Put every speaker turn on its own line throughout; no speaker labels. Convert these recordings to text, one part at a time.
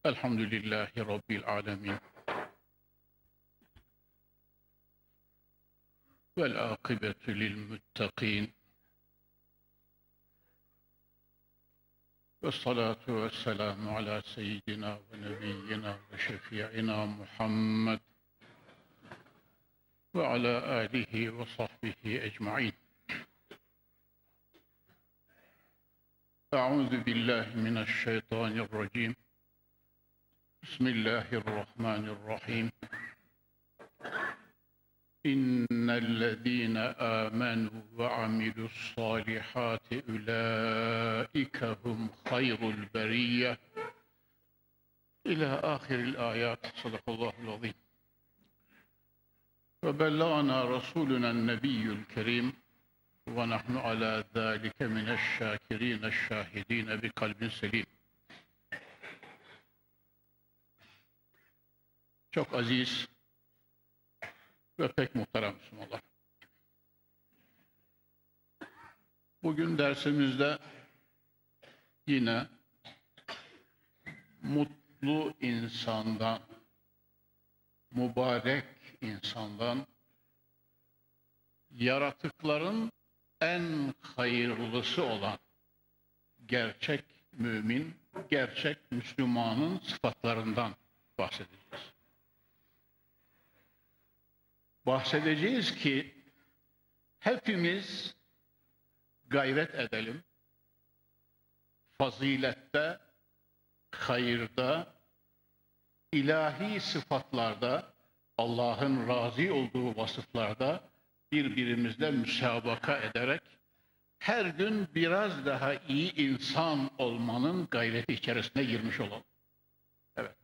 Elhamdülillahi Rabbil alemin. Vel akıbetu lil muttaqin. Ve salatu ve selamu ala seyyidina ve nebiyyina ve şefi'ina Muhammed ve ala alihi ve sahbihi ecmain. Euzu billahi mineşşeytanirracim. Bismillahirrahmanirrahim. İnnellezîne âmenû ve amilussâlihâti ulâike hum hayrul beriyye. İlâ âhiril âyât. Sadakallâhul azîm. Ve bellâna rasûlünen nebiyyül kerîm. Ve nahnu alâ zâlike mineşşâkirîneşşâhidîne bi kalbin selîm. Çok aziz ve pek muhterem Müslümanlar. Bugün dersimizde yine mutlu insandan, mübarek insandan, yaratıkların en hayırlısı olan gerçek mümin, gerçek Müslümanın sıfatlarından bahsedeceğiz. Bahsedeceğiz ki hepimiz gayret edelim, fazilette, hayırda, ilahi sıfatlarda, Allah'ın razı olduğu vasıflarda birbirimizle müsabaka ederek her gün biraz daha iyi insan olmanın gayreti içerisine girmiş olalım. Evet.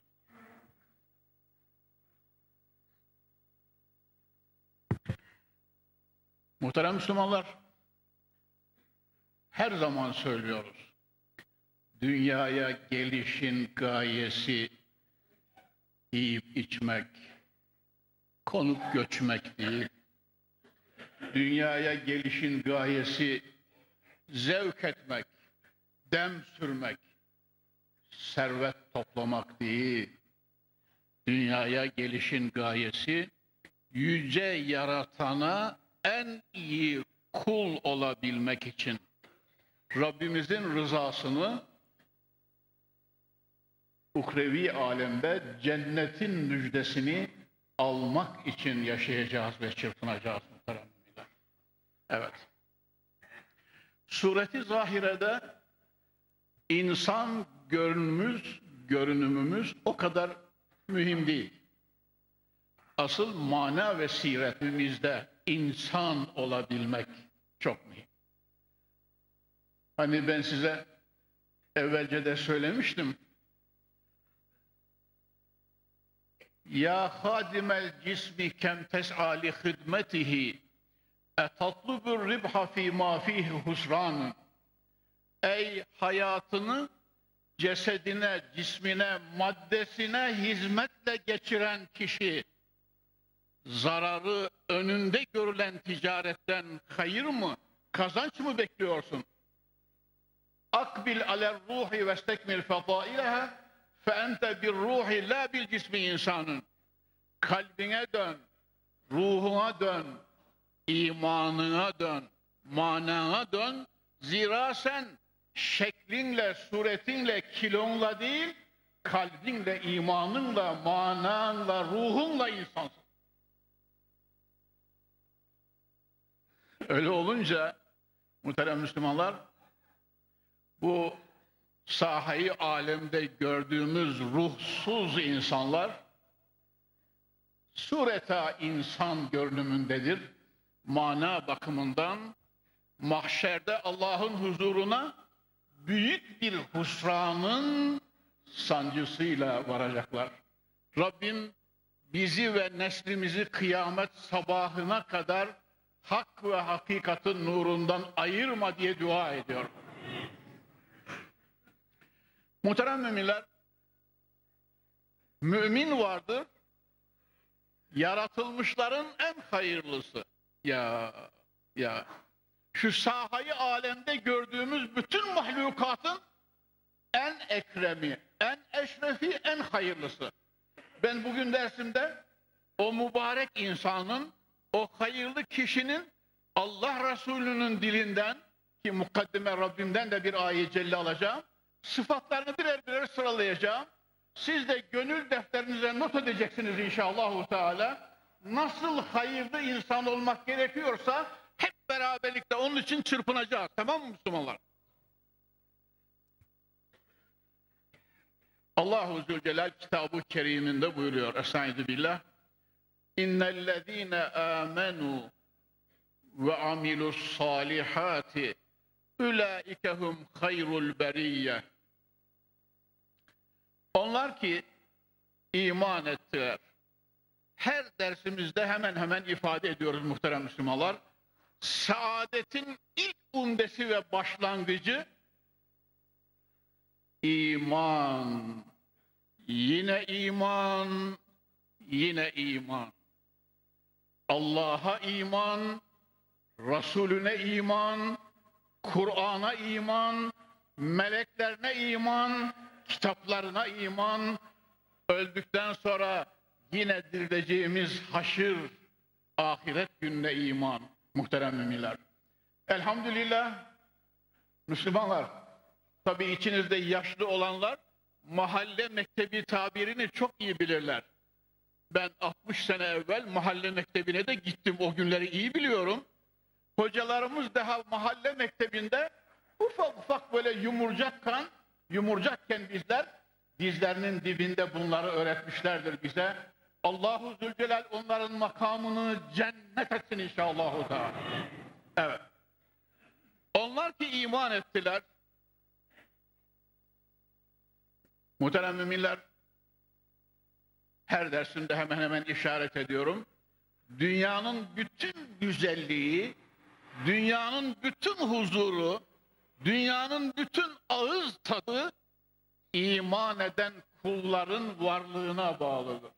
Muhterem Müslümanlar, her zaman söylüyoruz. Dünyaya gelişin gayesi yiyip içmek, konup göçmek değil. Dünyaya gelişin gayesi zevk etmek, dem sürmek, servet toplamak değil. Dünyaya gelişin gayesi yüce yaratana en iyi kul olabilmek için Rabbimizin rızasını uhrevi alemde cennetin müjdesini almak için yaşayacağız ve çırpınacağız muhteremler. Evet. Sureti zahirede insan görünümümüz o kadar mühim değil. Asıl mana ve siretimizde insan olabilmek çok mühim. Hani ben size evvelce de söylemiştim. Ya hadimel cismi kem tes'ali hidmetihi etatlubur ribha fi ma fihi husran. Ey hayatını cesedine, cismine, maddesine hizmetle geçiren kişi, zararı önünde görülen ticaretten hayır mı, kazanç mı bekliyorsun? Akbil aler ruhi ve stekmil fadaileha fe ente bir ruhi la bil cismi insanın. Kalbine dön, ruhuna dön, imanına dön, manana dön. Zira sen şeklinle, suretinle, kilonla değil, kalbinle, imanınla, mananla, ruhunla insansın. Öyle olunca muhterem Müslümanlar, bu sahayı alemde gördüğümüz ruhsuz insanlar sureta insan görünümündedir. Mana bakımından mahşerde Allah'ın huzuruna büyük bir husranın sancısıyla varacaklar. Rabbim bizi ve neslimizi kıyamet sabahına kadar hak ve hakikatin nurundan ayırma diye dua ediyorum. Muhterem müminler, mümin vardır, yaratılmışların en hayırlısı. Ya, şu sahayı alemde gördüğümüz bütün mahlukatın en ekremi, en eşrefi, en hayırlısı. Ben bugün dersimde o mübarek insanın, o hayırlı kişinin Allah Resulü'nün dilinden, ki mukaddime Rabbimden de bir ayet celle alacağım, sıfatlarını birer birer sıralayacağım. Siz de gönül defterinize not edeceksiniz inşallah Teala. Nasıl hayırlı insan olmak gerekiyorsa hep beraberlikte onun için çırpınacağız. Tamam mı Müslümanlar? Allahu Zülcelal Kitab-ı Kerim'inde buyuruyor. Estaizu billah. İnnellezîne âmenû ve amilus salihati ulaikehum hayrul beriyye. Onlar ki iman ettiler. Her dersimizde hemen hemen ifade ediyoruz muhterem Müslümanlar. Saadetin ilk umdesi ve başlangıcı iman. Yine iman, yine iman. Allah'a iman, Resulüne iman, Kur'an'a iman, meleklerine iman, kitaplarına iman, öldükten sonra yine dirileceğimiz haşır, ahiret gününe iman, muhterem müminler. Elhamdülillah, Müslümanlar, tabii içinizde yaşlı olanlar, mahalle mektebi tabirini çok iyi bilirler. Ben 60 sene evvel mahalle mektebine de gittim, o günleri iyi biliyorum. Hocalarımız daha mahalle mektebinde ufak ufak böyle yumurcakken bizler dizlerinin dibinde bunları öğretmişlerdir bize. Allahu Zülcelal onların makamını cennet etsin inşallah. Evet. Onlar ki iman ettiler. Muhterem müminler, her dersimde hemen hemen işaret ediyorum. Dünyanın bütün güzelliği, dünyanın bütün huzuru, dünyanın bütün ağız tadı iman eden kulların varlığına bağlıdır.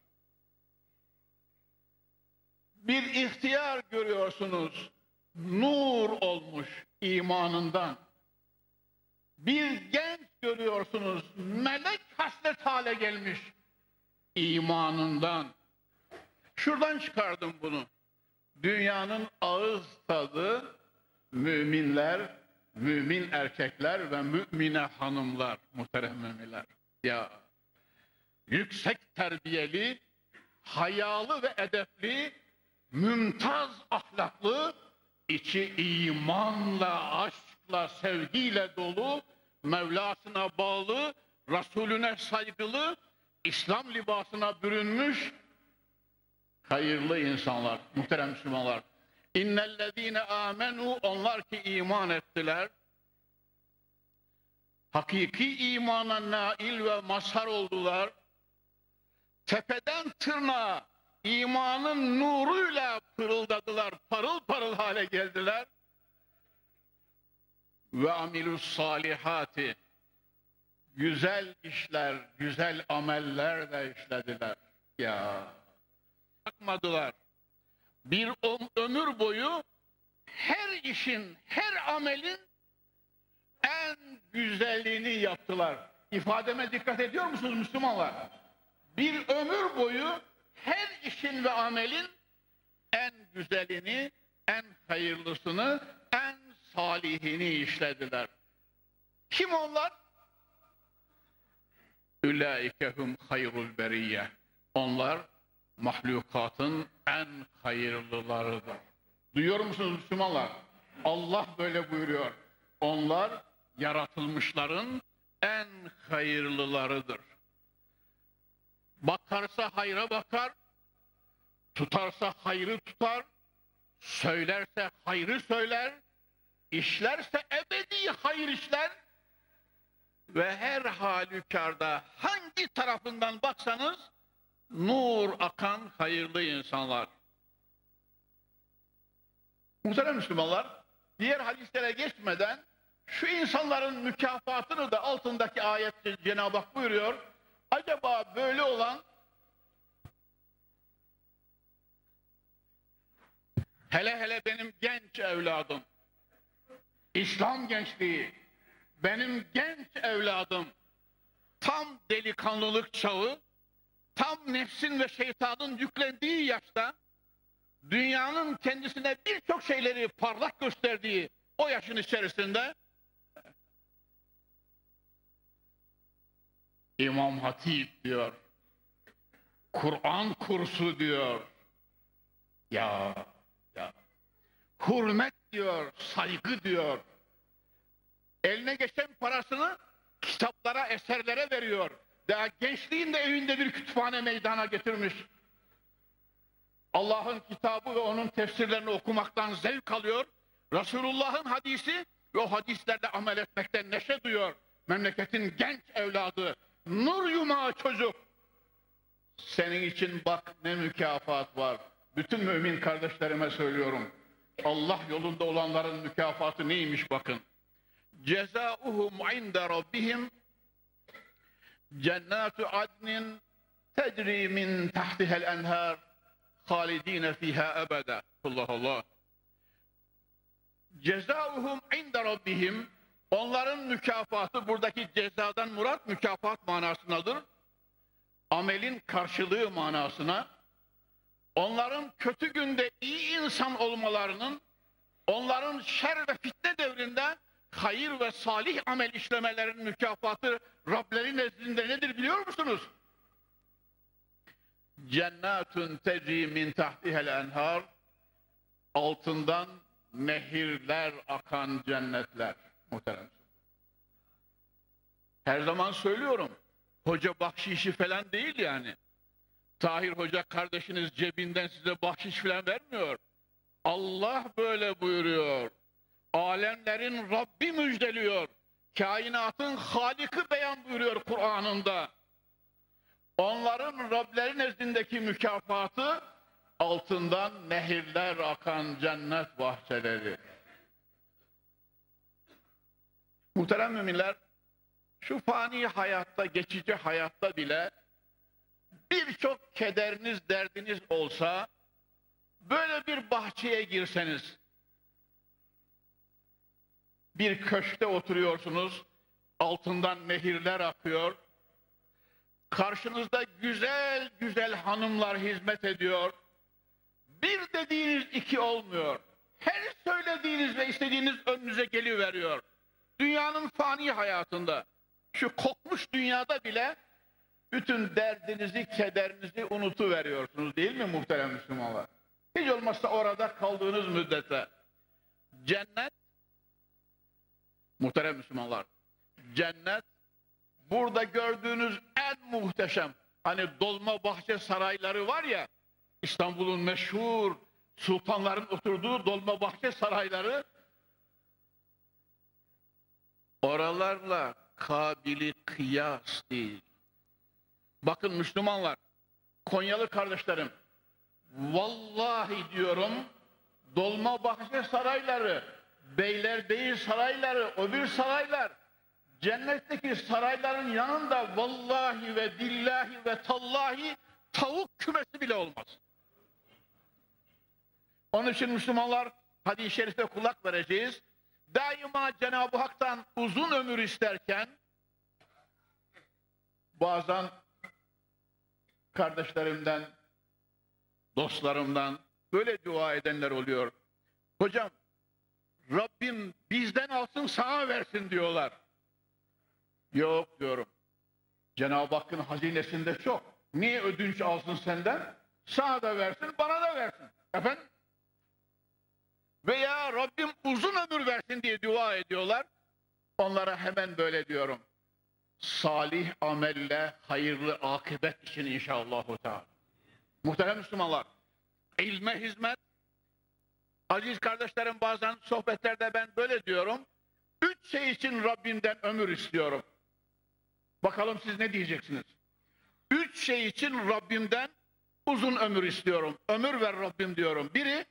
Bir ihtiyar görüyorsunuz, nur olmuş imanından. Bir genç görüyorsunuz, melek haslet hale gelmiş imanından. Şuradan çıkardım bunu. Dünyanın ağız tadı müminler, mümin erkekler ve mümine hanımlar, muhterem müminler. Ya yüksek terbiyeli, hayalı ve edepli, mümtaz ahlaklı, içi imanla, aşkla, sevgiyle dolu, Mevlasına bağlı, Resulüne saygılı, İslam libasına bürünmüş hayırlı insanlar, muhterem Müslümanlar. İnnellezîne âmenû, onlar ki iman ettiler. Hakiki imana nail ve mazhar oldular. Tepeden tırnağa imanın nuruyla pırıldadılar, parıl parıl hale geldiler. Ve amilus salihati, güzel işler, güzel ameller de işlediler. Ya bakmadılar. Bir ömür boyu her işin, her amelin en güzelliğini yaptılar. İfademe dikkat ediyor musunuz Müslümanlar? Bir ömür boyu her işin ve amelin en güzelini, en hayırlısını, en salihini işlediler. Kim onlar? Ülaikehum hayrul beriyye. Onlar mahlukatın en hayırlılarıdır. Duyuyor musunuz Müslümanlar? Allah böyle buyuruyor. Onlar yaratılmışların en hayırlılarıdır. Bakarsa hayra bakar, tutarsa hayrı tutar, söylerse hayrı söyler, işlerse ebedi hayır işler ve her halükarda hangi tarafından baksanız nur akan hayırlı insanlar. Muhterem Müslümanlar, diğer hadislere geçmeden şu insanların mükafatını da altındaki ayette Cenab-ı Hak buyuruyor. Acaba böyle olan, hele hele benim genç evladım, İslam gençliği, benim genç evladım, tam delikanlılık çağı, tam nefsin ve şeytanın yüklendiği yaşta, dünyanın kendisine birçok şeyleri parlak gösterdiği o yaşın içerisinde İmam Hatip diyor, Kur'an kursu diyor, ya hürmet diyor, saygı diyor, eline geçen parasını kitaplara, eserlere veriyor. Daha gençliğinde evinde bir kütüphane meydana getirmiş. Allah'ın kitabı ve onun tefsirlerini okumaktan zevk alıyor. Resulullah'ın hadisi ve o hadislerle amel etmekten neşe duyuyor. Memleketin genç evladı, nur yumağı çocuk. Senin için bak ne mükafat var. Bütün mümin kardeşlerime söylüyorum. Allah yolunda olanların mükafatı neymiş bakın. Cezauhum inde rabbihim cennatu adnin tecri min tahtiha'l enhar halidine fiha ebeda. Allah Allah. Cezauhum inde rabbihim, onların mükafatı, buradaki cezadan murat mükafat manasındadır. Amelin karşılığı manasına, onların kötü günde iyi insan olmalarının, onların şer ve fitne devrinde hayır ve salih amel işlemelerinin mükafatı Rableri nezdinde nedir biliyor musunuz? Cennetun tecri min tahtiha'l enhar, altından nehirler akan cennetler. Muhterem. Her zaman söylüyorum, hoca bahşişi falan değil yani. Tahir Hoca kardeşiniz cebinden size bahşiş falan vermiyor. Allah böyle buyuruyor. Alemlerin Rabbi müjdeliyor. Kainatın Halik'i beyan buyuruyor Kur'an'ında. Onların Rableri nezdindeki mükafatı altından nehirler akan cennet bahçeleri. Muhterem müminler, şu fani hayatta, geçici hayatta bile birçok kederiniz, derdiniz olsa, böyle bir bahçeye girseniz, bir köşkte oturuyorsunuz, altından nehirler akıyor, karşınızda güzel güzel hanımlar hizmet ediyor, bir dediğiniz iki olmuyor, her söylediğiniz ve istediğiniz önünüze geliveriyor. Dünyanın fani hayatında, şu kokmuş dünyada bile bütün derdinizi, kederinizi unutuveriyorsunuz değil mi muhterem Müslümanlar? Hiç olmazsa orada kaldığınız müddetçe. Cennet, muhterem Müslümanlar, cennet burada gördüğünüz en muhteşem, hani Dolmabahçe sarayları var ya, İstanbul'un meşhur sultanların oturduğu Dolmabahçe sarayları, oralarla kabili kıyas değil. Bakın Müslümanlar, Konyalı kardeşlerim, vallahi diyorum, Dolmabahçe sarayları, Beylerbeyi sarayları, öbür saraylar, cennetteki sarayların yanında vallahi ve billahi ve tallahi tavuk kümesi bile olmaz. Onun için Müslümanlar, hadis-i şerife kulak vereceğiz. Daima Cenab-ı Hak'tan uzun ömür isterken, bazen kardeşlerimden, dostlarımdan böyle dua edenler oluyor. Hocam, Rabbim bizden alsın sana versin diyorlar. Yok diyorum. Cenab-ı Hakk'ın hazinesinde çok. Niye ödünç alsın senden? Sana da versin, bana da versin. Efendim? Veya Rabbim uzun ömür versin diye dua ediyorlar. Onlara hemen böyle diyorum. Salih amelle hayırlı akıbet için inşallah. Muhterem Müslümanlar, ilme hizmet, aziz kardeşlerim, bazen sohbetlerde ben böyle diyorum. 3 şey için Rabbimden ömür istiyorum. Bakalım siz ne diyeceksiniz? 3 şey için Rabbimden uzun ömür istiyorum. Ömür ver Rabbim diyorum. Biri,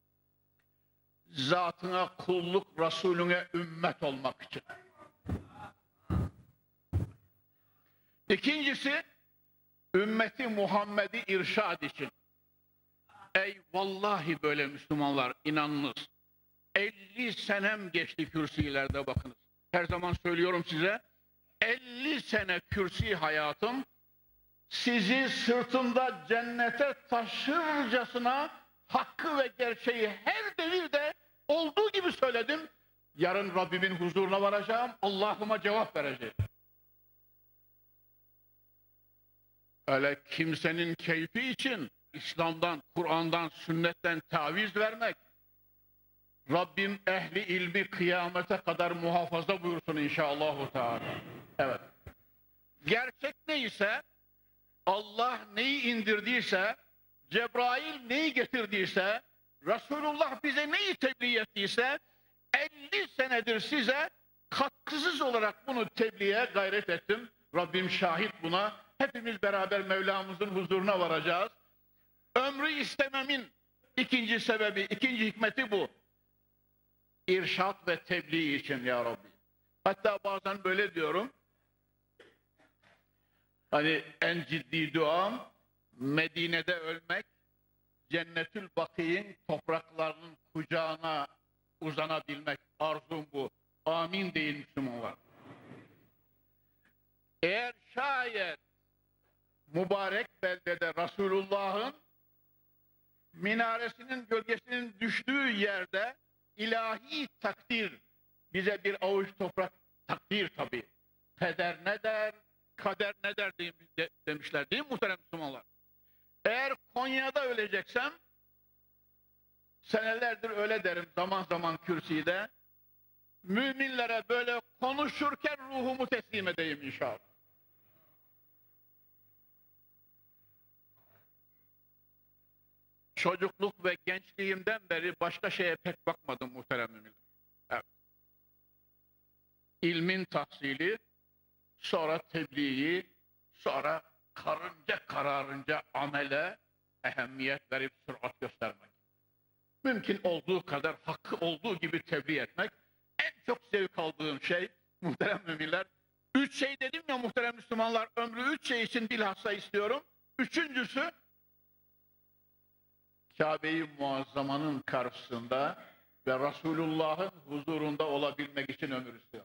zatına kulluk, Resulüne ümmet olmak için. İkincisi, ümmeti Muhammed'i irşad için. Ey vallahi böyle Müslümanlar, inanınız. 50 senem geçti kürsülerde bakınız. Her zaman söylüyorum size, 50 50 sene kürsi hayatım sizi sırtımda cennete taşırcasına hakkı ve gerçeği her devirde olduğu gibi söyledim. Yarın Rabbimin huzuruna varacağım, Allah'ıma cevap vereceğim. Öyle kimsenin keyfi için İslam'dan, Kur'an'dan, sünnetten taviz vermek, Rabbim ehli ilmi kıyamete kadar muhafaza buyursun inşallah Teala. Evet. Gerçek neyse, Allah neyi indirdiyse, Cebrail neyi getirdiyse, Resulullah bize neyi tebliğ ettiyse, 50 senedir size katkısız olarak bunu tebliğe gayret ettim. Rabbim şahit buna. Hepimiz beraber Mevlamızın huzuruna varacağız. Ömrü istememin ikinci sebebi, ikinci hikmeti bu. İrşad ve tebliğ için ya Rabbi. Hatta bazen böyle diyorum. Hani en ciddi duam Medine'de ölmek, Cennetül Bakî'nin topraklarının kucağına uzanabilmek. Arzum bu. Amin deyin Müslümanlar. Eğer şayet mübarek beldede Resulullah'ın minaresinin gölgesinin düştüğü yerde ilahi takdir bize bir avuç toprak takdir tabii. Peder ne der, kader ne der demişler değil mi muhterem Müslümanlar? Eğer Konya'da öleceksem senelerdir öyle derim zaman zaman kürsüde. Müminlere böyle konuşurken ruhumu teslim edeyim inşallah. Çocukluk ve gençliğimden beri başka şeye pek bakmadım muhterem müminler. Evet. İlmin tahsili, sonra tebliği, sonra karınca kararınca amele ehemmiyet verip sürat göstermek. Mümkün olduğu kadar hakkı olduğu gibi tebliğ etmek. En çok zevk aldığım şey muhterem müminler. 3 şey dedim ya muhterem Müslümanlar, ömrü 3 şey için bilhassa istiyorum. Üçüncüsü, Kabe-i Muazzama'nın karşısında ve Resulullah'ın huzurunda olabilmek için ömür istiyorum.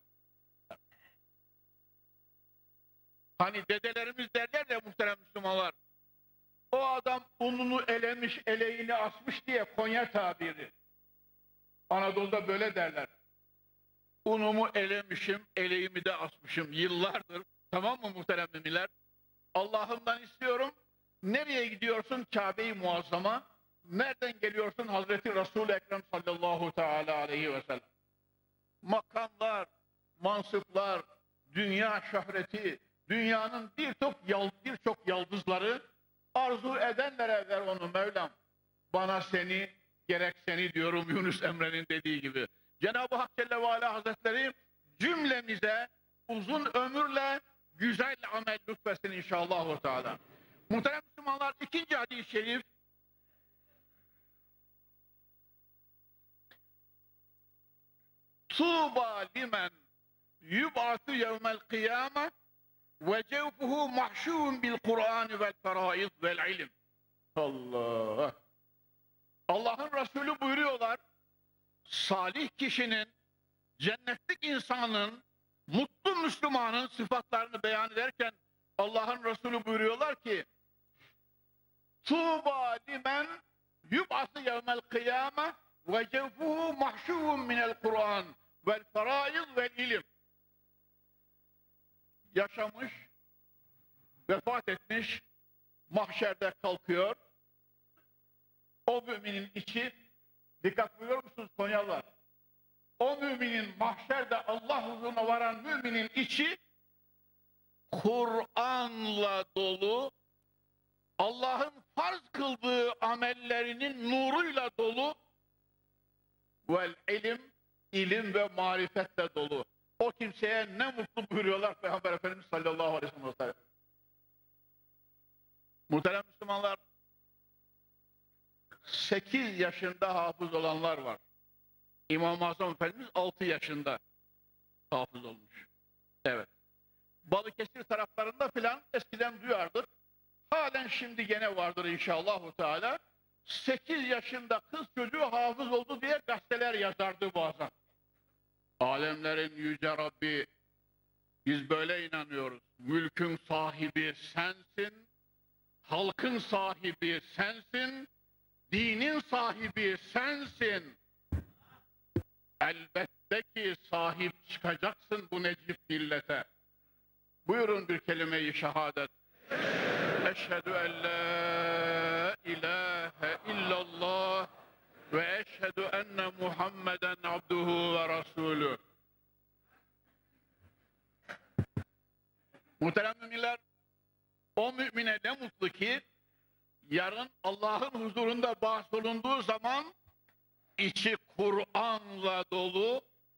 Hani dedelerimiz derler ya muhterem Müslümanlar, o adam ununu elemiş, eleğini asmış diye Konya tabiri. Anadolu'da böyle derler. Unumu elemişim, eleğimi de asmışım yıllardır. Tamam mı muhterem müminler? Allah'ımdan istiyorum. Nereye gidiyorsun? Kabe-i Muazzama. Nereden geliyorsun? Hazreti Resul-i Ekrem sallallahu teala aleyhi ve sellem. Makamlar, mansıplar, dünya şöhreti, dünyanın birçok yıldızları arzu edenlere ver onu Mevlam. Bana seni, gerek seni diyorum Yunus Emre'nin dediği gibi. Cenab-ı Hak Celle ve Ala Hazretleri cümlemize uzun ömürle güzel amel lütfetsin inşallah. Teala. Muhterem Müslümanlar, ikinci hadis-i şerif Tuğba limen yub'atu yevmel kıyame ve cevfuhu mahşûn bil Kur'an vel feraid vel ilim. Allah! Allah'ın Resulü buyuruyorlar, salih kişinin, cennetlik insanın, mutlu Müslümanın sıfatlarını beyan ederken Allah'ın Resulü buyuruyorlar ki Tuğba limen yub'ası yevmel kıyame ve cevfuhu mahşûn minel Kur'an vel feraid vel ilim. Yaşamış, vefat etmiş, mahşerde kalkıyor. O müminin içi, dikkat buyuruyor musunuz Konyalılar? O müminin mahşerde Allah huzuruna varan müminin içi Kur'an'la dolu, Allah'ın farz kıldığı amellerinin nuruyla dolu vel ilim ve marifetle dolu. O kimseye ne mutlu buyuruyorlar Peygamber Efendimiz sallallahu aleyhi ve sellem. Muhterem Müslümanlar, 8 yaşında hafız olanlar var. İmam-ı Azam Efendimiz 6 yaşında hafız olmuş. Evet. Balıkesir taraflarında filan eskiden duyardık. Halen şimdi gene vardır inşallah Teala. 8 yaşında kız çocuğu hafız oldu diye gazeteler yazardı bazen. Alemlerin yüce Rabbi Biz böyle inanıyoruz. Mülkün sahibi sensin, halkın sahibi sensin, dinin sahibi sensin. Elbette ki sahip çıkacaksın bu necip millete. Buyurun bir kelime-i şehadet. Eşhedü en la ilahe illallah ve eşhedü enne Muhammeden abduhu ve rasulü. Muhterem müminler, o mümine ne mutlu ki yarın Allah'ın huzurunda bahsolunduğu zaman içi Kur'an'la dolu,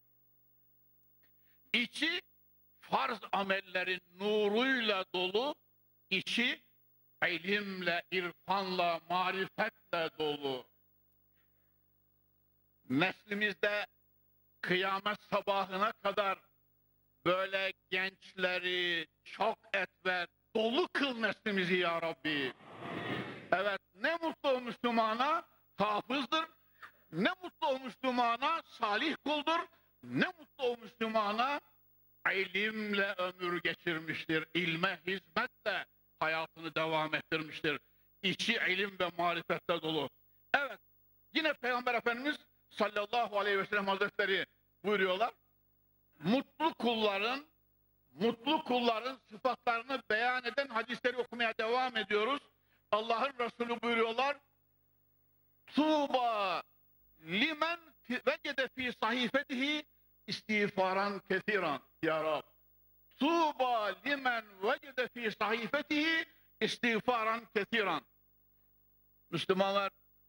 içi farz amellerin nuruyla dolu, içi ilimle, irfanla, marifetle dolu. Neslimizde kıyamet sabahına kadar böyle gençleri çok et ve dolu kıl neslimizi ya Rabbi. Evet, ne mutlu o Müslümana hafızdır, ne mutlu o Müslümana salih kuldur, ne mutlu o Müslümana ilimle ömür geçirmiştir, ilme hizmetle hayatını devam ettirmiştir. İçi ilim ve marifetle dolu. Evet, yine Peygamber Efendimiz sallallahu aleyhi ve sellem Hazretleri buyuruyorlar. Mutlu kulların sıfatlarını beyan eden hadisleri okumaya devam ediyoruz. Allah'ın Resulü buyuruyorlar. Tuğba limen vecede fi sahifetihi istiğfaran kesiran. Ya Rab. Tuğba limen vecede fi sahifetihi istiğfaran kesiran. Müslümanlar,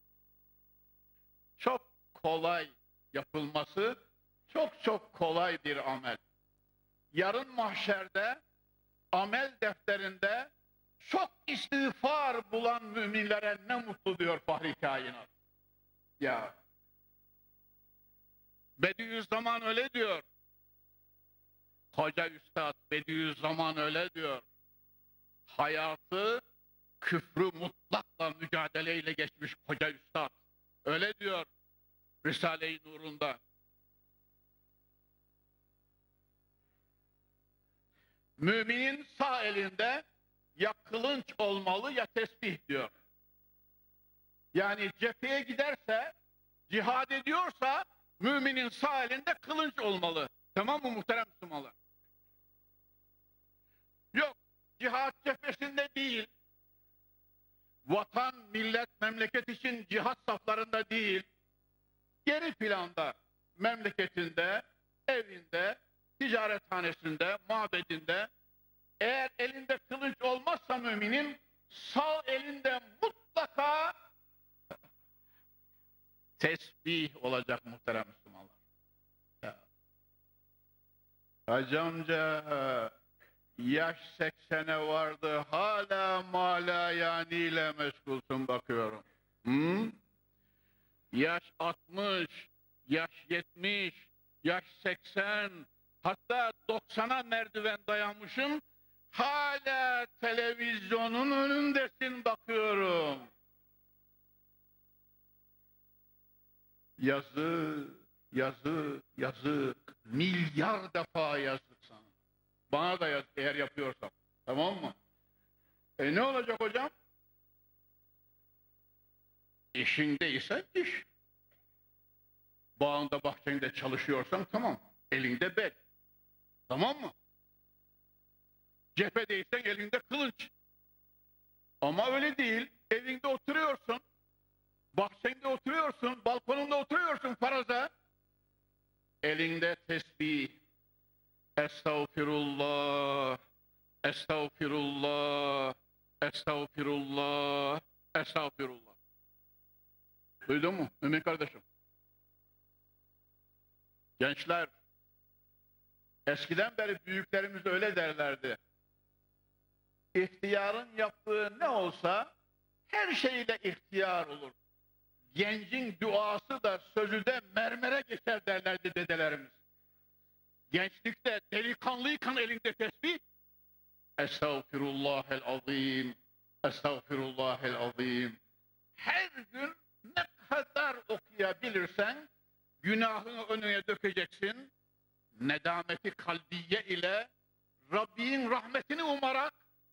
çok kolay yapılması, çok kolay bir amel. Yarın mahşerde, amel defterinde çok istiğfar bulan müminlere ne mutlu diyor Fahri Kainat. Ya. Bediüzzaman öyle diyor. Hoca Üstad Bediüzzaman öyle diyor. Hayatı küfrü mutlakla mücadeleyle geçmiş Hoca Üstad. Öyle diyor Risale-i Nur'unda. Müminin sağ elinde ya kılınç olmalı ya tesbih diyor. Yani cepheye giderse, cihad ediyorsa müminin sağ elinde kılınç olmalı. Tamam mı muhterem Müslümanlar? Yok, cihad cephesinde değil, vatan, millet, memleket için cihad saflarında değil, geri planda, memleketinde, evinde, ticarethanesinde, mabedinde, eğer elinde kılıç olmazsa müminin sağ elinde mutlaka tesbih olacak muhterem Müslümanlar. Hacı amca yaş 80'e vardı, hala mala yaniyle meşgulsün bakıyorum. Hı? Yaş 60, yaş 70, yaş 80, hatta 90'a merdiven dayanmışım, hala televizyonun önündesin bakıyorum. Yazık, yazık, yazık, milyar defa yazık sana. Bana da yazık eğer yapıyorsam, tamam mı? Ne olacak hocam? İşindeyse iş. Bağında bahçende çalışıyorsan tamam, elinde bel. Tamam mı? Cephedeysen elinde kılıç. Ama öyle değil, evinde oturuyorsun, bahçende oturuyorsun, balkonunda oturuyorsun faraza. Elinde tesbih. Estağfirullah, estağfirullah, estağfirullah, estağfirullah. Duydun mu mümin kardeşim? Gençler, eskiden beri büyüklerimiz öyle derlerdi. İhtiyarın yaptığı ne olsa her şeyle ihtiyar olur. Gencin duası da sözü de mermere geçer derlerdi dedelerimiz. Gençlikte delikanlıyken elinde tesbih, Estağfirullahel azim, Estağfirullahel azim. Her gün ne kadar okuyabilirsen günahını önüne dökeceksin, nedameti kalbiye ile Rabbin rahmetini umarak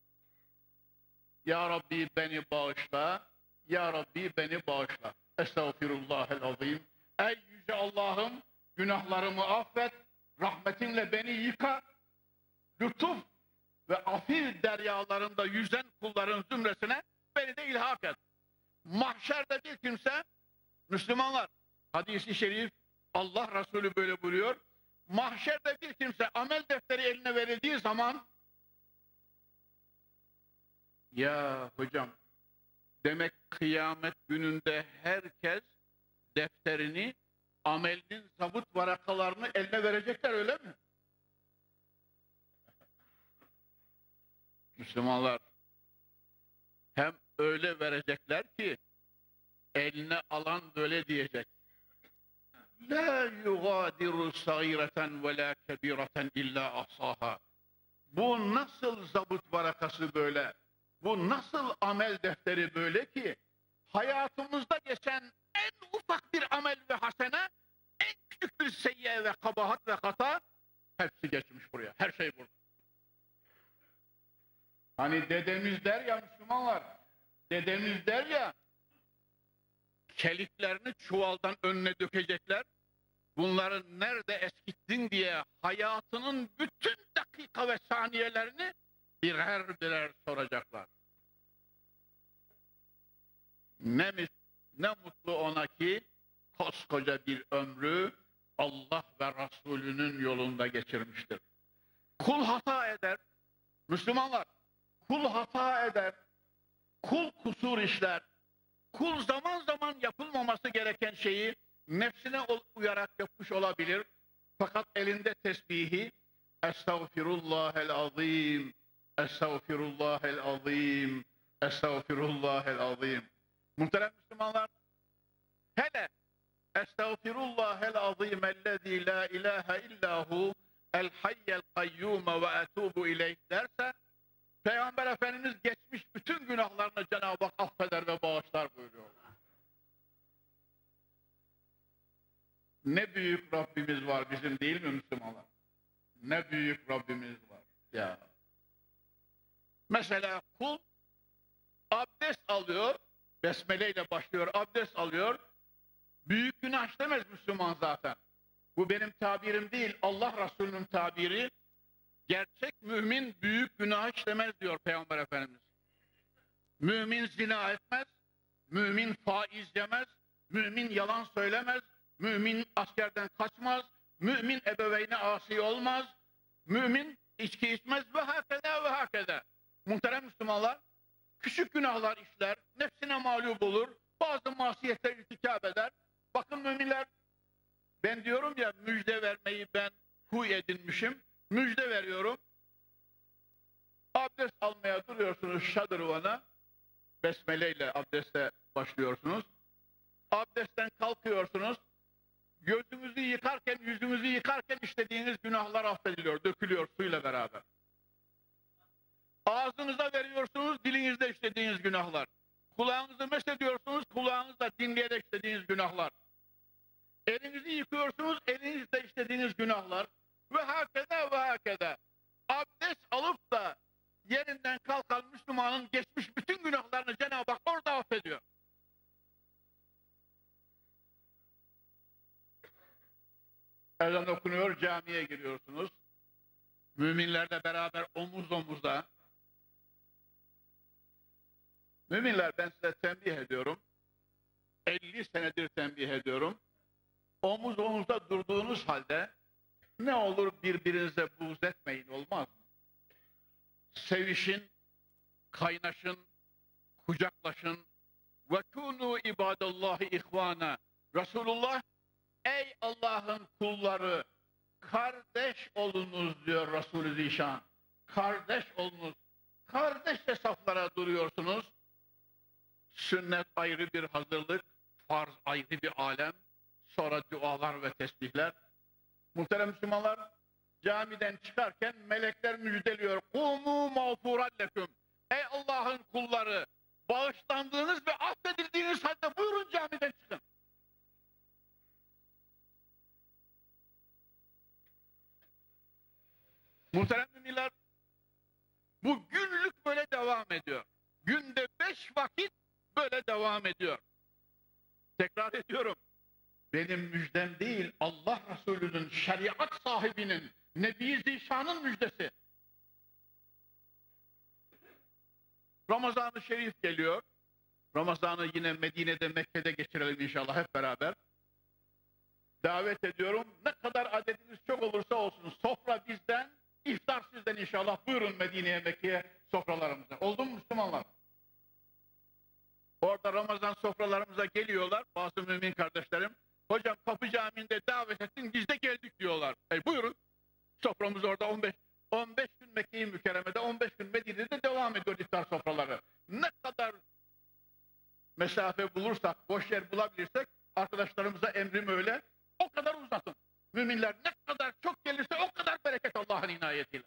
Ya Rabbi beni bağışla, Ya Rabbi beni bağışla. Estağfirullahel-azim. Ey yüce Allah'ım, günahlarımı affet, rahmetinle beni yıka, lütuf ve afil deryalarında yüzen kulların zümresine beni de ilhak et. Mahşerde bir kimse, Müslümanlar, hadis-i şerif, Allah Resulü böyle buyuruyor, mahşerde bir kimse amel defteri eline verildiği zaman, ya hocam, demek kıyamet gününde herkes defterini, amelinin zabıt varakalarını eline verecekler, öyle mi? Müslümanlar, hem öyle verecekler ki eline alan böyle diyecek. La yugadiru sagireten ve la kebireten illa ahsaha. Bu nasıl zabıt varakası böyle? Bu nasıl amel defteri böyle ki hayatımızda geçen en ufak bir amel ve hasene, en küçük bir seyyiye ve kabahat ve hata hepsi geçmiş buraya. Her şey burada. Hani dedemiz der ya Müslümanlar, dedemiz der ya, keliklerini çuvaldan önüne dökecekler, bunları nerede eskittin diye hayatının bütün dakika ve saniyelerini birer birer soracaklar. Ne mutlu ona ki koskoca bir ömrü Allah ve Resulünün yolunda geçirmiştir. Kul hata eder, Müslümanlar, kul hata eder, kul kusur işler, kul zaman zaman yapılmaması gereken şeyi nefsine uyarak yapmış olabilir. Fakat elinde tesbihi, Estağfirullahel-azim, Estağfirullahel-azim, Estağfirullahel-azim. Muhterem Müslümanlar, hele Estağfirullahel-azimellezî la ilahe illahu el-hayyel kayyume ve etûbu ileyh derse, Peygamber Efendimiz geçmiş bütün günahlarını Cenab-ı Hak affeder ve bağışlar buyuruyor. Ne büyük Rabbimiz var bizim, değil mi Müslümanlar? Ne büyük Rabbimiz var. Ya. Mesela kul abdest alıyor, besmele ile başlıyor, abdest alıyor. Büyük günah işlemez Müslüman zaten. Bu benim tabirim değil, Allah Resulü'nün tabiri. Gerçek mümin büyük günah işlemez diyor Peygamber Efendimiz. Mümin zina etmez, mümin faiz yemez, mümin yalan söylemez, mümin askerden kaçmaz, mümin ebeveyne asi olmaz, mümin içki içmez ve hakeza ve hakeza. Muhterem Müslümanlar, küçük günahlar işler, nefsine mağlup olur, bazı masiyetler irtikab eder. Bakın müminler, ben diyorum ya, müjde vermeyi ben huy edinmişim, müjde veriyorum. Abdest almaya duruyorsunuz şadırvana, besmele ile abdeste başlıyorsunuz. Abdestten kalkıyorsunuz, gözünüzü yıkarken, yüzünüzü yıkarken işlediğiniz günahlar affediliyor, dökülüyor suyla beraber. Ağzınıza veriyorsunuz, dilinizde işlediğiniz günahlar. Kulağınızı meşediyorsunuz, kulağınızla dinleyerek işlediğiniz günahlar. Elinizi yıkıyorsunuz, elinizle işlediğiniz günahlar. Ve hakeza ve hakeza. Abdest alıp da yerinden kalkan Müslümanın geçmiş bütün günahlarını Cenab-ı Hak orada affediyor. Ezan okunuyor, camiye giriyorsunuz. Müminlerle beraber omuz omuzda. Müminler, ben size tembih ediyorum. 50 senedir tembih ediyorum. Omuz omuzda durduğunuz halde ne olur birbirinize buğz etmeyin, olmaz mı? Sevişin, kaynaşın, kucaklaşın. وَكُونُوا اِبَادَ اللّٰهِ اِخْوَانًا. Resulullah, ey Allah'ın kulları, kardeş olunuz diyor Resulü Zişan. Kardeş olunuz. Kardeş hesaplara duruyorsunuz. Sünnet ayrı bir hazırlık, farz ayrı bir alem, sonra dualar ve tesbihler. Muhterem Müslümanlar, camiden çıkarken melekler müjdeliyor. قُومُوا مَغْفُورًا لَكُمْ. Ey Allah'ın kulları, bağışlandığınız ve affedildiğiniz halde buyurun camiden çıkın. Muhterem müminler, Bu günlük böyle devam ediyor. Günde 5 vakit böyle devam ediyor. Tekrar ediyorum. Benim müjdem değil, Allah Resulü'nün, şeriat sahibinin, Nebi Zişan'ın müjdesi. Ramazan-ı Şerif geliyor. Ramazan'ı yine Medine'de, Mekke'de geçirelim inşallah hep beraber. Davet ediyorum. Ne kadar adediniz çok olursa olsun, sofra bizden, iftar sizden inşallah. Buyurun Medine'ye, Mekke'ye, sofralarımıza. Oldu mu Müslümanlar? Orada Ramazan sofralarımıza geliyorlar bazı mümin kardeşlerim. Hocam Kapı Camii'nde davet ettin, biz de geldik diyorlar. Buyurun. Soframız orada 15 gün Mekke-i Mükerreme'de, 15 gün Medine'de devam ediyor iftar sofraları. Ne kadar mesafe bulursak, boş yer bulabilirsek, arkadaşlarımıza emrim öyle, o kadar uzatın. Müminler ne kadar çok gelirse o kadar bereket Allah'ın inayetiyle.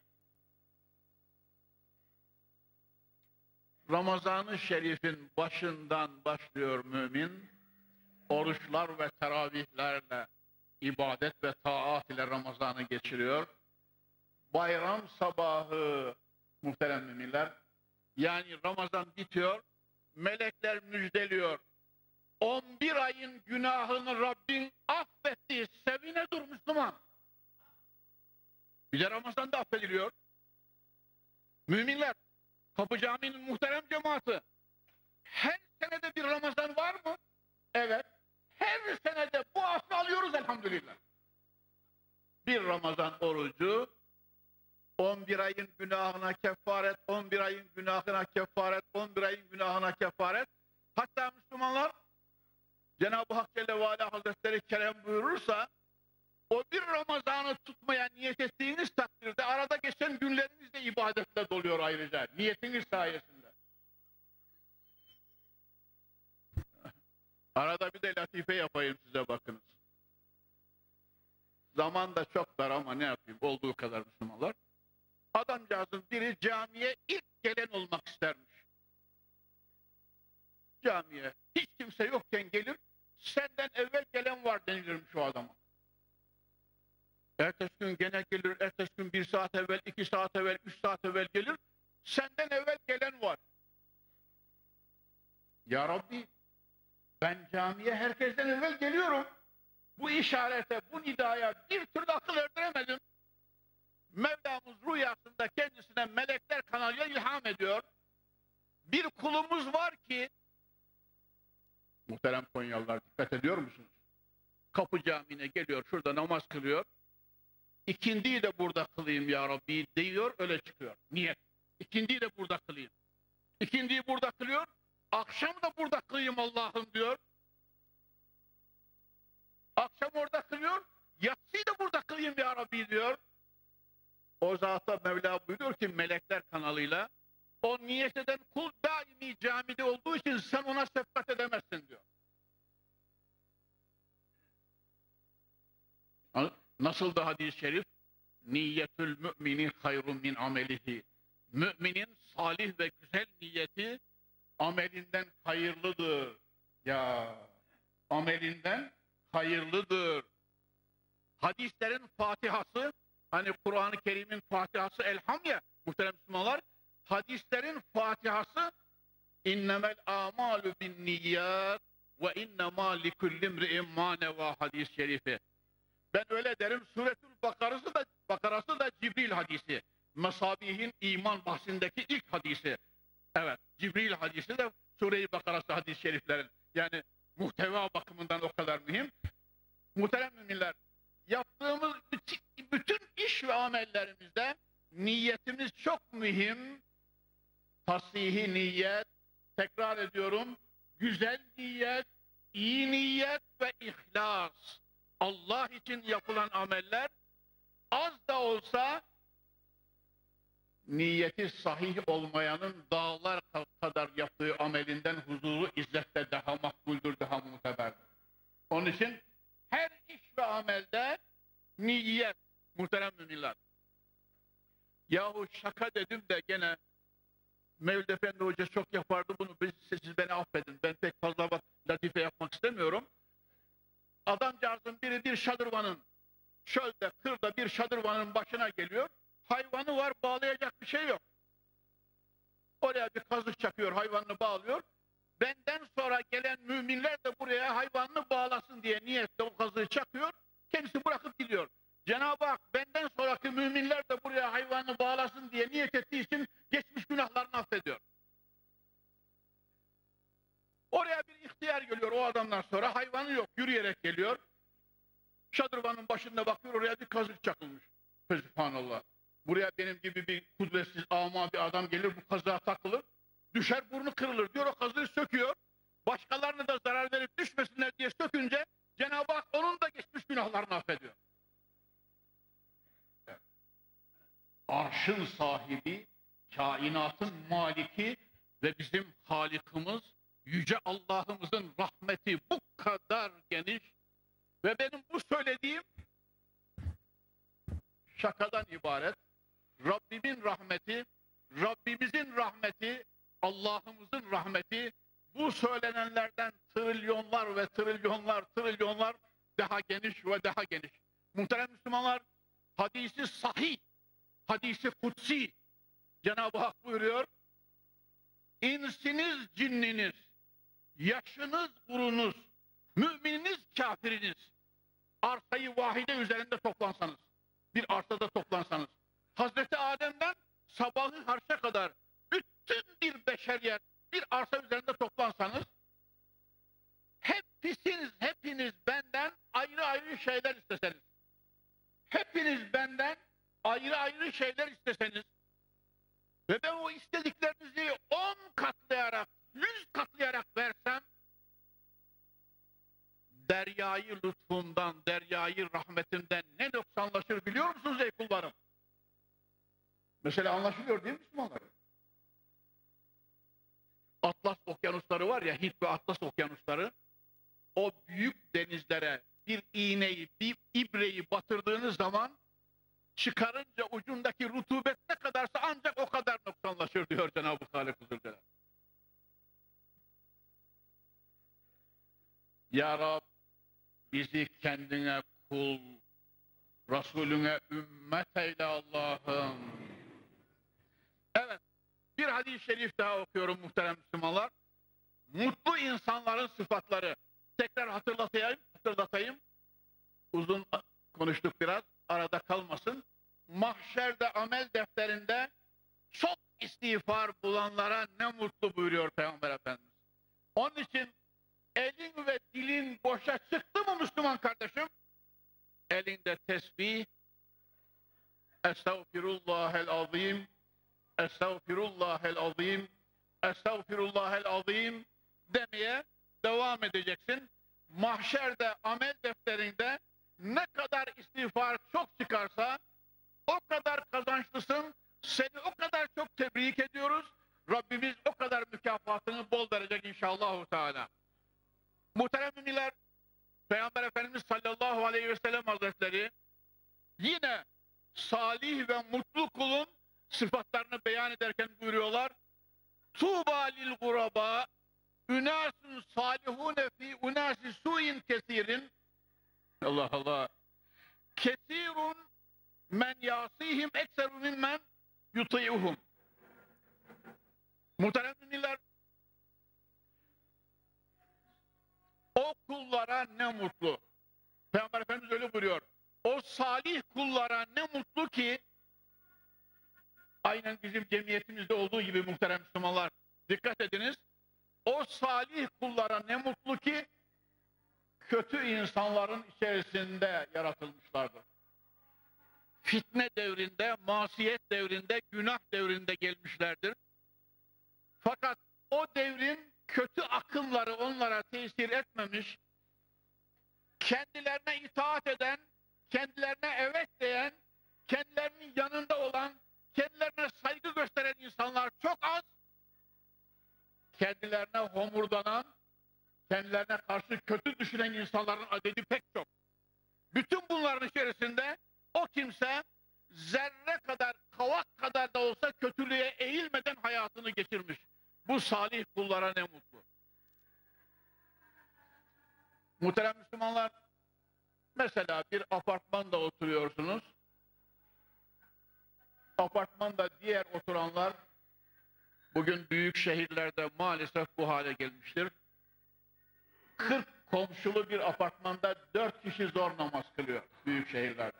Ramazan-ı Şerif'in başından başlıyor mümin, oruçlar ve teravihlerle, ibadet ve taat ile Ramazan'ı geçiriyor. Bayram sabahı muhterem müminler, yani Ramazan bitiyor, melekler müjdeliyor. 11 ayın günahını Rabbin affetti, sevine dur Müslüman. Bir de Ramazan'da affediliyor. Müminler, Kapı Camii'nin muhterem cemaati, her senede bir Ramazan var mı? Evet. Her senede bu affı alıyoruz elhamdülillah. Bir Ramazan orucu, 11 ayın günahına kefaret, 11 ayın günahına kefaret, 11 ayın günahına kefaret. Hatta Müslümanlar, Cenab-ı Hak Celle ve Ala Hazretleri Kerem buyurursa, o bir Ramazan'ı tutmaya niyet ettiğiniz takdirde arada geçen günleriniz de ibadetle doluyor ayrıca, niyetiniz sayesinde. Arada bir de latife yapayım size, bakınız. Zaman da çok dar ama ne yapayım, olduğu kadar Müslümanlar. Adamcağızın biri camiye ilk gelen olmak istermiş. Camiye hiç kimse yokken gelir, senden evvel gelen var denilirmiş o adama. Ertesi gün gene gelir, ertesi gün 1 saat evvel, 2 saat evvel, 3 saat evvel gelir, senden evvel gelen var. Ya Rabbi, ben camiye herkesten evvel geliyorum. Bu işarete, bu nidaya bir türlü akıl erdiremedim. Mevlamız rüyasında kendisine melekler kanalıyla ilham ediyor. Bir kulumuz var ki, muhterem Konyalılar dikkat ediyor musunuz? Kapı Camii'ne geliyor, şurada namaz kılıyor. İkindiyi de burada kılayım ya Rabbi diyor, öyle çıkıyor. Niyet. İkindiyi de burada kılayım. İkindiyi burada kılıyor, akşam da burada kılayım Allah'ım diyor. Akşam orada kılıyor, yatsıyı da burada kılayım ya Rabbi diyor. O zata Mevla buyuruyor ki melekler kanalıyla, o niyet eden kul daimi camide olduğu için sen ona şefkat edemezsin diyor. Nasıl da hadis-i şerif? Niyetül mümini hayrun min amelihi. Müminin salih ve güzel niyeti amelinden hayırlıdır. Ya, amelinden hayırlıdır. Hadislerin Fatihası, hani Kur'an-ı Kerim'in Fatihası elham ya muhterem Müslümanlar, hadislerin Fatihası innemel amalu bin niyyat ve innemâ likullimri'in mâ nevâ hadis-i şerifi. Ben öyle derim, Suretül Bakarası da Cibril hadisi. Mesabihin iman bahsindeki ilk hadisi. Evet, Cibril hadisi de Sure-i Bakarası hadis-i şeriflerin. Yani muhteva bakımından o kadar mühim. Muhterem müminler, yaptığımız bütün iş ve amellerimizde niyetimiz çok mühim. Tasihi niyet, tekrar ediyorum, güzel niyet, iyi niyet ve ihlas. Allah için yapılan ameller az da olsa niyeti sahih olmayanın dağlar kadar yaptığı amelinden huzuru, izzette daha makbuldür, daha muteberdir. Onun için her iş ve amelde niyet, muhterem müminler. Yahu şaka dedim de gene Mevlid Efendi Hoca çok yapardı bunu, siz beni affedin, ben pek fazla latife yapmak istemiyorum. Adamcağızın biri bir şadırvanın, çölde, kırda bir şadırvanın başına geliyor, hayvanı var, bağlayacak bir şey yok. Oraya bir kazık çakıyor, hayvanını bağlıyor. Benden sonra gelen müminler de buraya hayvanını bağlasın diye niyetle o kazığı çakıyor. Kendisi bırakıp gidiyor. Cenab-ı Hak benden sonraki müminler de buraya hayvanını bağlasın diye niyet ettiği için geçmiş günahlarını affediyor. Oraya bir ihtiyar geliyor o adamdan sonra, hayvanı yok, yürüyerek geliyor. Şadırvanın başında bakıyor, oraya bir kazık çakılmış. Sübhanallah. Buraya benim gibi bir kudretsiz, ama bir adam gelir, bu kazığa takılır, düşer, burnu kırılır diyor, o kazığı söküyor. Başkalarına da zarar verip düşmesinler diye sökünce Cenab-ı Hak onun da geçmiş günahlarını affediyor. Arşın sahibi, kainatın maliki ve bizim Halikimiz, Yüce Allah'ımızın rahmeti bu kadar geniş ve benim bu söylediğim şakadan ibaret. Rabbimin rahmeti, Rabbimizin rahmeti, Allah'ımızın rahmeti bu söylenenlerden trilyonlar ve trilyonlar daha geniş ve daha geniş. Muhterem Müslümanlar, hadisi sahih, hadisi kutsi, Cenab-ı Hak buyuruyor, insiniz, cinniniz, yaşınız, kurunuz, mümininiz, kafiriniz, arsayı vahide üzerinde toplansanız, bir arsada toplansanız, Hazreti Adem'den sabahı harça kadar bütün bir beşeriyet bir arsa üzerinde toplansanız, hepiniz benden ayrı ayrı şeyler isteseniz, hepiniz benden ayrı ayrı şeyler isteseniz ve ben o istediklerinizi 10 katlayarak, 100 katlayarak versem, deryayı lütfundan, deryayı rahmetimden ne noksanlaşır biliyor musunuz ey kullarım? Mesela anlaşılıyor değil mi Müslümanlar? Atlas okyanusları var ya, Hint ve Atlas okyanusları, o büyük denizlere bir iğneyi, bir ibreyi batırdığınız zaman çıkarınca ucundaki rutubet ne kadarsa ancak o kadar noksanlaşır diyor Cenab-ı Halik Zülcelal. Ya Rab, bizi kendine kul, Resulüne ümmet eyle Allah'ım. Evet, bir hadis-i şerif daha okuyorum muhterem Müslümanlar. Mutlu insanların sıfatları. Tekrar hatırlatayım. Uzun konuştuk biraz, arada kalmasın. Mahşerde amel defterinde çok istiğfar bulanlara ne mutlu buyuruyor Peygamber Efendimiz. Onun için elin ve dilin boşa çıktı mı Müslüman kardeşim? Elinde tesbih, Estağfirullahel azim, Estağfirullahel azim, Estağfirullahel azim demeye devam edeceksin. Mahşerde amel defterinde ne kadar istiğfar çok çıkarsa o kadar kazançlısın. Seni o kadar çok tebrik ediyoruz. Rabbimiz o kadar mükafatını bol verecek inşallah Teala. Muhterem müminler, Peygamber Efendimiz sallallahu aleyhi ve sellem Hazretleri yine salih ve mutlu kulun sıfatlarını beyan ederken buyuruyorlar. Tuğba lil guraba ünasun salihune fi unasi su'in kesirin. Allah Allah. Kesirun men yasihim ekseru mimmen yuti'uhum. Muhterem müminler, o kullara ne mutlu. Peygamber Efendimiz öyle buyuruyor. O salih kullara ne mutlu ki, aynen bizim cemiyetimizde olduğu gibi muhterem Müslümanlar, dikkat ediniz. O salih kullara ne mutlu ki, kötü insanların içerisinde yaratılmışlardır. Fitne devrinde, masiyet devrinde, günah devrinde gelmişlerdir. Fakat o devrin kötü akımları onlara tesir etmemiş, kendilerine itaat eden, kendilerine evet diyen, kendilerinin yanında olan, kendilerine saygı gösteren insanlar çok az, kendilerine homurdanan, kendilerine karşı kötü düşünen insanların adedi pek çok. Bütün bunların içerisinde o kimse zerre kadar, kavak kadar da olsa kötülüğe eğilmeden hayatını geçirmiş. Bu salih kullara ne mutlu. Muhterem Müslümanlar, mesela bir apartmanda oturuyorsunuz. Apartmanda diğer oturanlar Bugün büyük şehirlerde maalesef bu hale gelmiştir. 40 komşulu bir apartmanda 4 kişi zor namaz kılıyor büyük şehirlerde.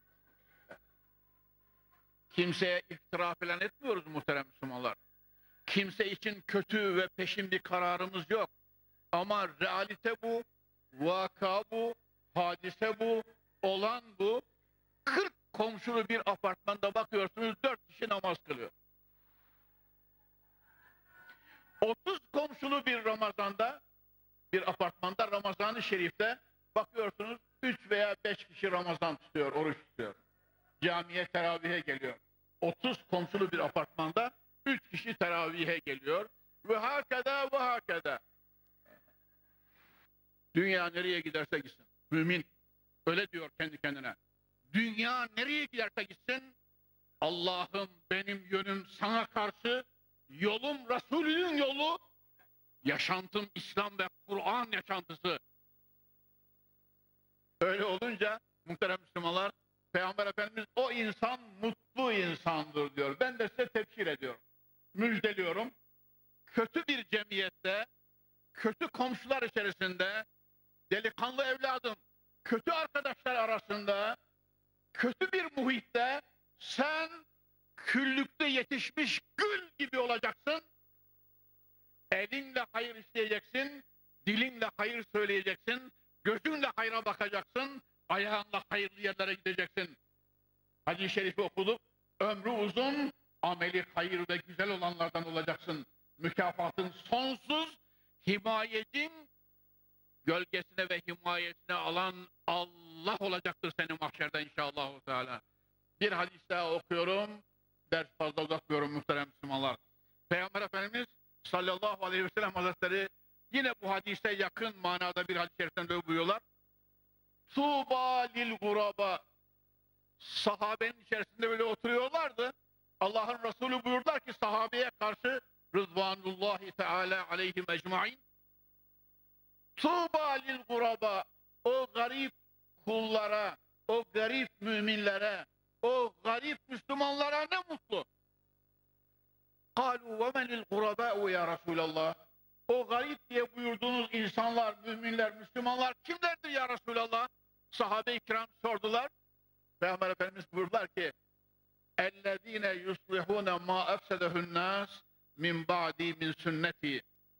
Kimseye iftira falan etmiyoruz muhterem Müslümanlar. Kimse için kötü ve peşin bir kararımız yok. Ama realite bu, vaka bu, hadise bu, olan bu. 40 komşulu bir apartmanda bakıyorsunuz 4 kişi namaz kılıyor. 30 komşulu bir Ramazan'da, bir apartmanda Ramazan-ı Şerif'te bakıyorsunuz 3 veya 5 kişi Ramazan tutuyor, oruç tutuyor. Camiye teravihe geliyor. 30 komşulu bir apartmanda 3 kişi teravihe geliyor. Ve hakeda ve hakeda. Dünya nereye giderse gitsin. Mümin öyle diyor kendi kendine. Dünya nereye giderse gitsin, Allah'ım benim yönüm sana karşı, yolum Resulünün yolu, yaşantım İslam ve Kur'an yaşantısı. Öyle olunca muhterem Müslümanlar, Peygamber Efendimiz o insan mutlu insandır diyor. Ben de size tebşir ediyorum. Müjdeliyorum. Kötü bir cemiyette, kötü komşular içerisinde, delikanlı evladım, kötü arkadaşlar arasında, kötü bir muhitte sen küllükte yetişmiş gül gibi olacaksın. Elinle hayır isteyeceksin, dilinle hayır söyleyeceksin, gözünle hayra bakacaksın, ayağınla hayırlı yerlere gideceksin. Hadis-i şerifi okuduk, ömrü uzun, ameli hayır ve güzel olanlardan olacaksın. Mükafatın sonsuz, himayecin gölgesine ve himayesine alan Allah olacaktır senin mahşerde inşallah. Bir hadis daha okuyorum, ders fazla uzatmıyorum muhterem Müslümanlar. Peygamber Efendimiz sallallahu aleyhi ve sellem Hazretleri yine bu hadise yakın manada bir hadis-i şeriften buyuruyorlar. Tuğba lil guraba. Sahabenin içerisinde böyle oturuyorlardı. Allah'ın Resulü buyurdular ki sahabeye karşı Rızvanullahi Teala aleyhim ecmain. Tuğba lil guraba. O garip kullara, o garip müminlere, o garip Müslümanlara ne mutlu. قَالُوا وَمَنِ الْغُرَبَاءُ ya Resulallah. O garip diye buyurduğunuz insanlar, müminler, Müslümanlar kimlerdir ya Resulallah? Sahabe-i kiram sordular. Peygamber Efendimiz buyurdular ki اَلَّذ۪ينَ يُصْلِحُونَ مَا اَفْسَدَهُ النَّاسِ مِنْ بَعْدِي مِنْ sünneti.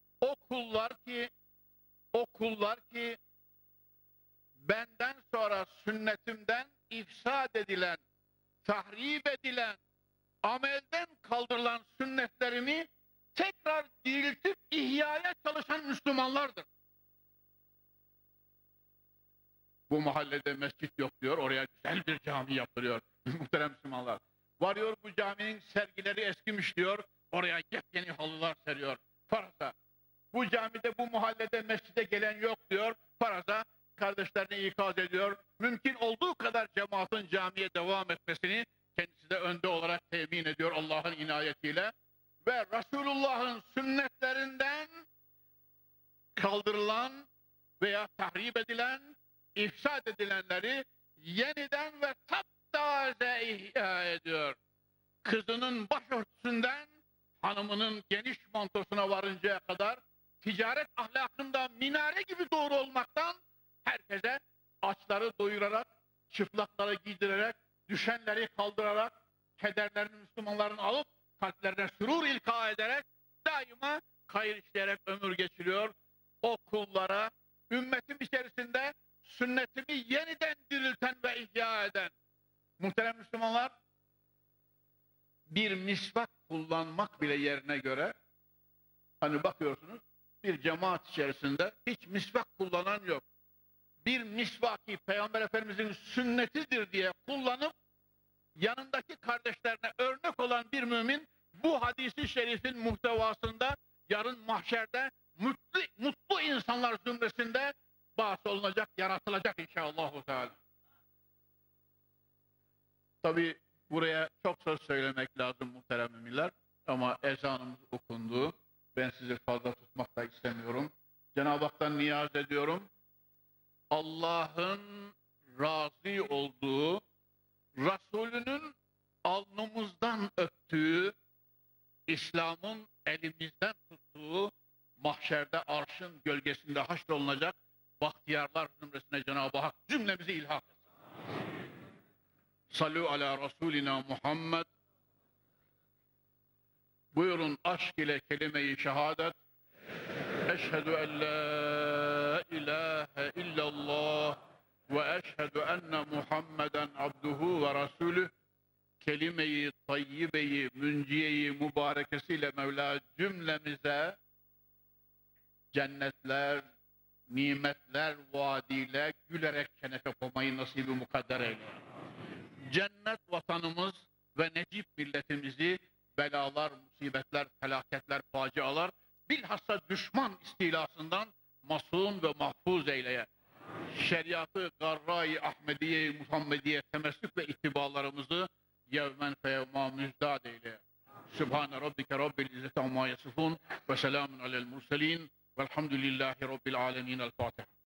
O kullar ki benden sonra sünnetimden ifsad edilen, tahrip edilen, amelden kaldırılan sünnetlerimi tekrar diriltip ihyaya çalışan Müslümanlardır. Bu mahallede mescit yok diyor, oraya güzel bir cami yaptırıyor muhterem Müslümanlar. Varıyor bu caminin sergileri eskimiş diyor, oraya yepyeni halılar seriyor. Faraza. Bu camide, bu mahallede mescide gelen yok diyor, faraza kardeşlerini ikaz ediyor. Mümkün olduğu kadar cemaatin camiye devam etmesini kendisi de önde olarak temin ediyor Allah'ın inayetiyle. Ve Resulullah'ın sünnetlerinden kaldırılan veya tahrip edilen, ifsad edilenleri yeniden ve taptaze ihya ediyor. Kızının başörtüsünden hanımının geniş mantosuna varıncaya kadar ticaret ahlakında minare gibi doğru olmaktan herkese açları doyurarak, çıplakları giydirerek, düşenleri kaldırarak, kederlerini Müslümanların alıp kalplerine sürur ilka ederek daima hayır işleyerek ömür geçiriyor. O kullara ümmetim içerisinde sünnetimi yeniden dirilten ve ihya eden muhterem Müslümanlar, bir misvak kullanmak bile yerine göre, hani bakıyorsunuz bir cemaat içerisinde hiç misvak kullanan yok. Bir misvaki Peygamber Efendimizin sünnetidir diye kullanıp yanındaki kardeşlerine örnek olan bir mümin bu hadisi şerifin muhtevasında yarın mahşerde mutlu insanlar zümresinde bahs olunacak, yaratılacak inşallah. Tabi buraya çok söz söylemek lazım muhterem müminler ama ezanımız okundu. Ben sizi fazla tutmak da istemiyorum. Cenab-ı Hak'tan niyaz ediyorum. Allah'ın razı olduğu, Resulünün alnımızdan öptüğü İslam'ın elimizden tuttuğu mahşerde arşın gölgesinde haşrolunacak bahtiyarlar zümresine Cenab-ı Hak cümlemizi ilhak etsin. Sallu ala Resulina Muhammed. Buyurun aşk ile kelime-i şehadet. Eşhedü en la ilahe illallah ve eşhedü enne Muhammeden abduhu ve resulüh. Kelime-i tayyibeyi, münciyeyi, mübarekesiyle Mevla cümlemize cennetler, nimetler vaadiyle gülerek çenefe koymayı nasibi mukadder eyle. Cennet vatanımız ve necip milletimizi belalar, musibetler, felaketler, facialar, bilhassa düşman istilasından masum ve mahfuz eyleye. Şeriatı, garra-i Ahmediye-i Muhammediye temessük ve ittibalarımızı yevmen feyevma müzdad eyle. Sübhane Rabbike Rabbil İzzeti Amma Yasifun ve selamun alel murselin velhamdülillahi Rabbil Alemin. El Fatiha.